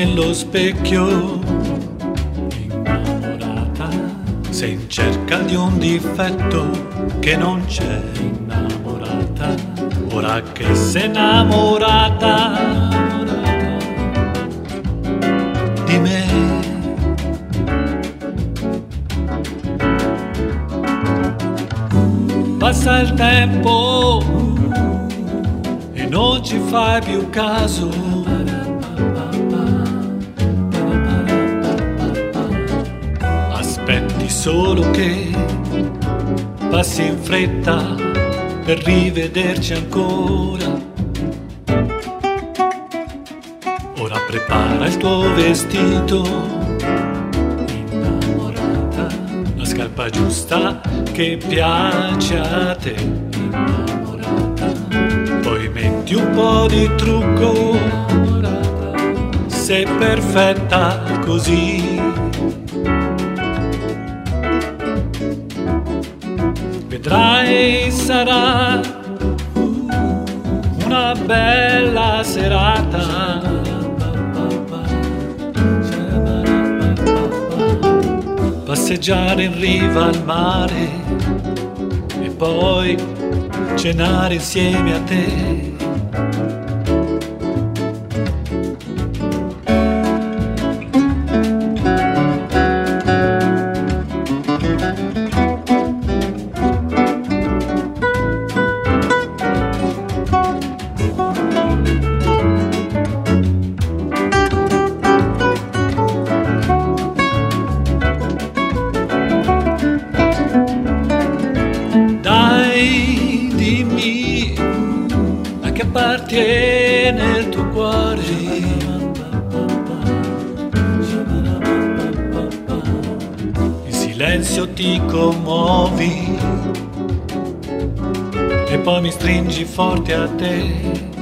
nello specchio, innamorata, sei in cerca di un difetto che non c'è, innamorata, ora che sei innamorata di me. Passa il tempo e non ci fai più caso, aspetti solo che passi in fretta per rivederci ancora. Ora prepara il tuo vestito, innamorata, la scarpa giusta che piace a te, innamorata, poi metti un po' di trucco, innamorata, sei perfetta così. Vedrai, sarà una bella serata, passeggiare in riva al mare e poi cenare insieme a te. Dimmi a che appartiene il tuo cuore, in silenzio ti commuovi e poi mi stringi forte a te.